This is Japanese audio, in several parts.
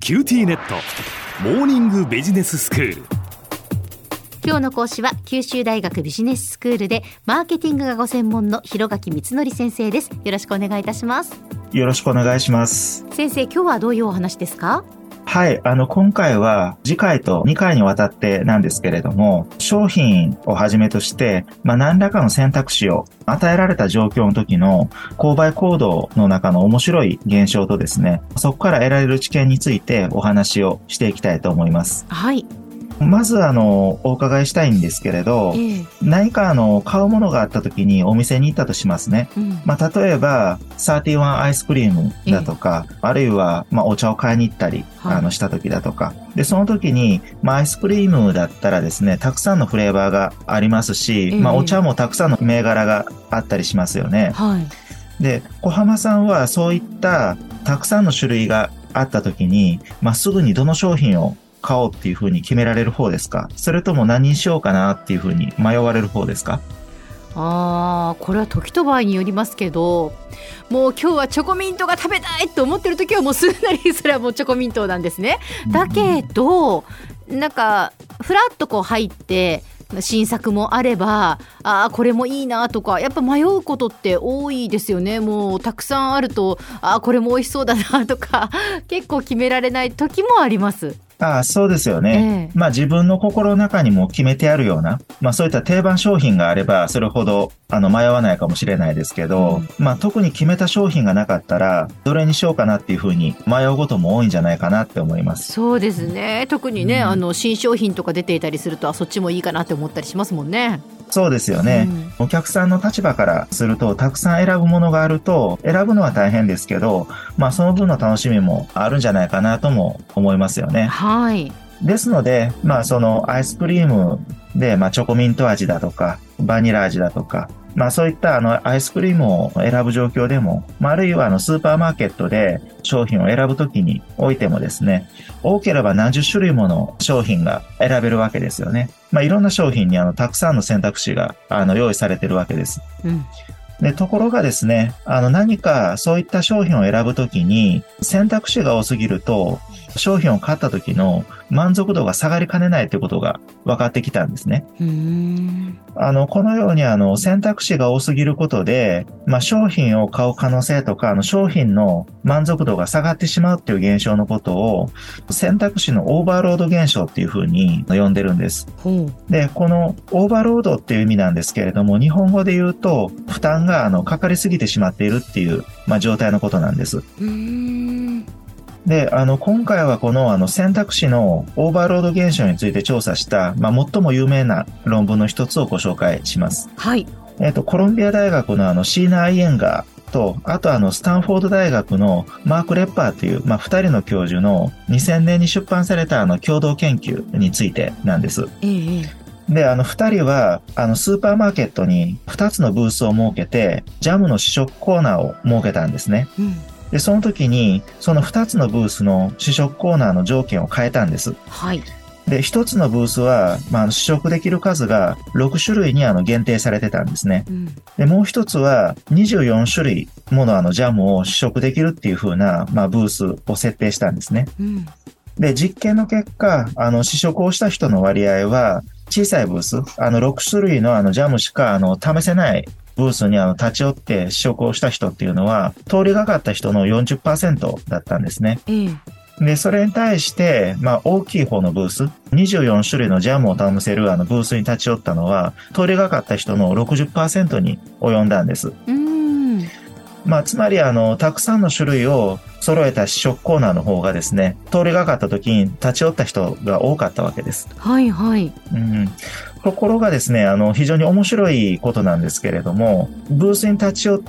キューティーネットモーニングビジネススクール。 今日の講師は九州大学ビジネススクールでマーケティングがご専門の広垣光則先生です。よろしくお願いいたします。 よろしくお願いします。 先生、今日はどういうお話ですか？ はい、今回は次回と2回にわたってなんですけれども、商品をはじめとして、何らかの選択肢を与えられた状況の時の購買行動の中の面白い現象とですね、そこから得られる知見についてお話をしていきたいと思います。 はい。 まずお伺いしたいんですけれど、何か買うものがあった時にお店に行ったとしますね。例えば31アイスクリームだとか、あるいはお茶を買いに行ったり、した時だとかで、その時にアイスクリームだったらですね、たくさんのフレーバーがありますし、お茶もたくさんの銘柄があったりしますよね。で、小浜さんはそういったたくさんの種類があった時に、すぐにどの商品を買おうっていう風に決められる方ですか？それとも何にしようかなっていう風に迷われる方ですか？ これは時と場合によりますけど、もう今日はチョコミントが食べたいと思ってる時はもうすんなりそれはもうチョコミントなんですね。だけどなんかフラッとこう入って新作もあれば、これもいいなとか、やっぱ迷うことって多いですよね。もうたくさんあるとこれも美味しそうだなとか結構決められない時もあります。 そうですよね。自分の心の中にも決めてあるような、そういった定番商品があればそれほど迷わないかもしれないですけど、特に決めた商品がなかったらどれにしようかなっていうふうに迷うことも多いんじゃないかなって思います。 そうですね。特にね、新商品とか出ていたりするとそっちもいいかなって思ったりしますもんね。 そうですよね。お客さんの立場からすると、たくさん選ぶものがあると選ぶのは大変ですけど、その分の楽しみもあるんじゃないかなとも思いますよね。 はい。 ですので、そのアイスクリームで、チョコミント味だとかバニラ味だとか、そういったアイスクリームを選ぶ状況でも、あるいはスーパーマーケットで商品を選ぶときにおいてもですね、多ければ何十種類もの商品が選べるわけですよね。いろんな商品にたくさんの選択肢が用意されているわけです。で、ところがですね、何かそういった商品を選ぶときに選択肢が多すぎると、商品を買った時の満足度が下がりかねないということが分かってきたんですね。このように選択肢が多すぎることで、商品を買う可能性とか商品の満足度が下がってしまうっていう現象のことを選択肢のオーバーロード現象っていうふうに呼んでるんです。で、このオーバーロードっていう意味なんですけれども、日本語で言うと負担がかかりすぎてしまっているっていう、状態のことなんです。で、今回はこの選択肢のオーバーロード現象について調査した、最も有名な論文の一つをご紹介します。 はい。 コロンビア大学のシーナ・アイエンガーと、あとスタンフォード大学のマーク・レッパーという、二人の教授の2000年に出版された共同研究についてなんです。で、二人は、スーパーマーケットに2つのブースを設けて、ジャムの試食コーナーを設けたんですね。で、その時に、その2つのブースの試食コーナーの条件を変えたんです。 はい。 で、1つのブースは、試食できる数が6種類に限定されてたんですね。で、もう1つは24種類ものジャムを試食できるっていう風な、ブースを設定したんですね。で、実験の結果、試食をした人の割合は、小さいブース、6種類のジャムしか試せないブースに立ち寄って試食をした人っていうのは、通りがかった人の 40% だったんですね。で、それに対して、大きい方のブース、24種類のジャムを試せるブースに立ち寄ったのは、通りがかった人の 60% に及んだんです。つまりたくさんの種類を揃えた試食コーナーの方がですね、通りがかった時に立ち寄った人が多かったわけです。 はいはい。 ところがですね、非常に面白いことなんですけれども、ブースに立ち寄って、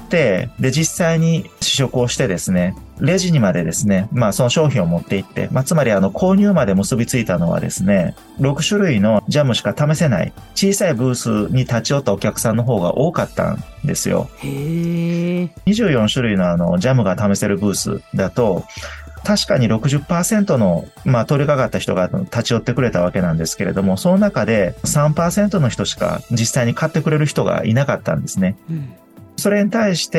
で、実際に試食をしてですね、レジにまでですね、その商品を持って行って、つまり購入まで結びついたのはですね、6種類のジャムしか試せない小さいブースに立ち寄ったお客さんの方が多かったんですよ。24種類のジャムが試せるブースだと、確かに 60% の、通りかかった人が立ち寄ってくれたわけなんですけれども、その中で 3% の人しか実際に買ってくれる人がいなかったんですね。 それに対して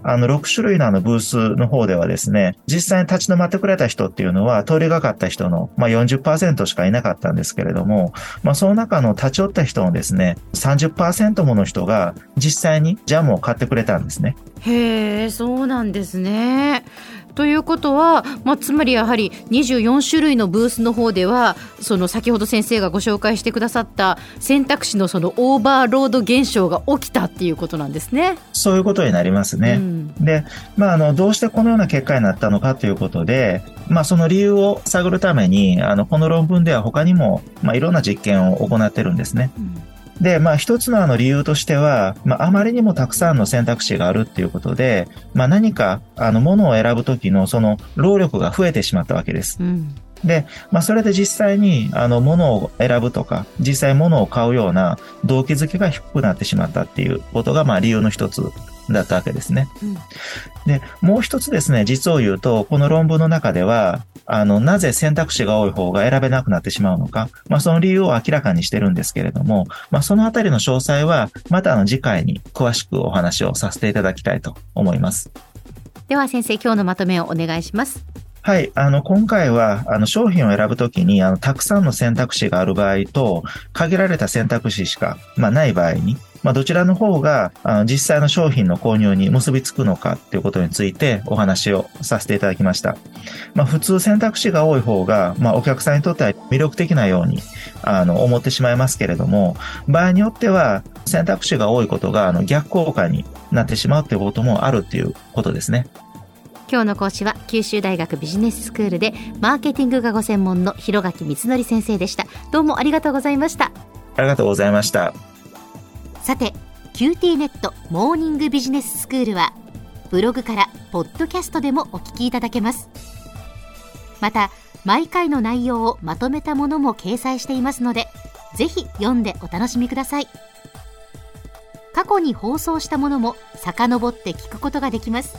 、6種類のブースの方ではですね、実際に立ち止まってくれた人っていうのは、通りがかった人の、40% しかいなかったんですけれども、その中の立ち寄った人のですね、30% もの人が実際にジャムを買ってくれたんですね。 へー、そうなんですね。ということは、つまりやはり24種類のブースの方では、その先ほど先生がご紹介してくださった選択肢のそのオーバーロード現象が起きたっていうことなんですね。 そういうことになりますね。で、どうしてこのような結果になったのかということで、その理由を探るために、この論文では他にも、いろんな実験を行ってるんですね。で、一つの理由としては、あまりにもたくさんの選択肢があるっていうことで、何か、ものを選ぶときのその労力が増えてしまったわけです。で、それで実際に、ものを選ぶとか、実際ものを買うような動機づけが低くなってしまったっていうことが、理由の一つだったわけですね。で、もう一つですね、実を言うと、この論文の中では、なぜ選択肢が多い方が選べなくなってしまうのか、その理由を明らかにしてるんですけれども、そのあたりの詳細は、また次回に詳しくお話をさせていただきたいと思います。 では先生、今日のまとめをお願いします。 はい。今回は、商品を選ぶときに、たくさんの選択肢がある場合と、限られた選択肢しか、ない場合に、どちらの方が、実際の商品の購入に結びつくのかということについてお話をさせていただきました。普通選択肢が多い方が、お客さんにとっては魅力的なように、思ってしまいますけれども、場合によっては、選択肢が多いことが、逆効果になってしまうということもあるということですね。 今日の講師は九州大学ビジネススクールでマーケティングがご専門の広垣光則先生でした。どうもありがとうございました。 ありがとうございました。 さて、QT ネットモーニングビジネススクールはブログからポッドキャストでもお聞きいただけます。また毎回の内容をまとめたものも掲載していますので、ぜひ読んでお楽しみください。過去に放送したものも遡って聞くことができます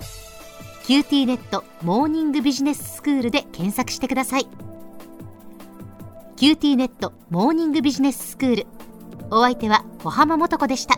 。QT ネットモーニングビジネススクールで検索してください。QT ネットモーニングビジネススクール、お相手は小浜もとこでした。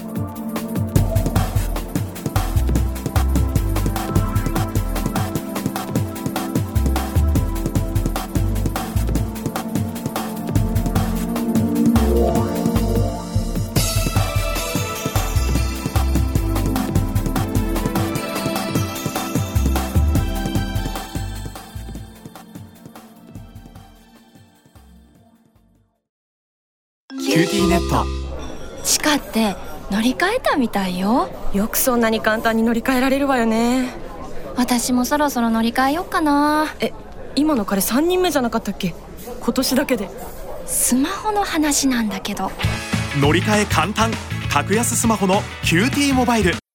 QT ネット。 地下って乗り換えたみたいよ。 よくそんなに簡単に乗り換えられるわよね。 私もそろそろ乗り換えようかな。 今の彼3人目じゃなかったっけ？今年だけで。 スマホの話なんだけど。 乗り換え簡単、格安スマホの QT モバイル。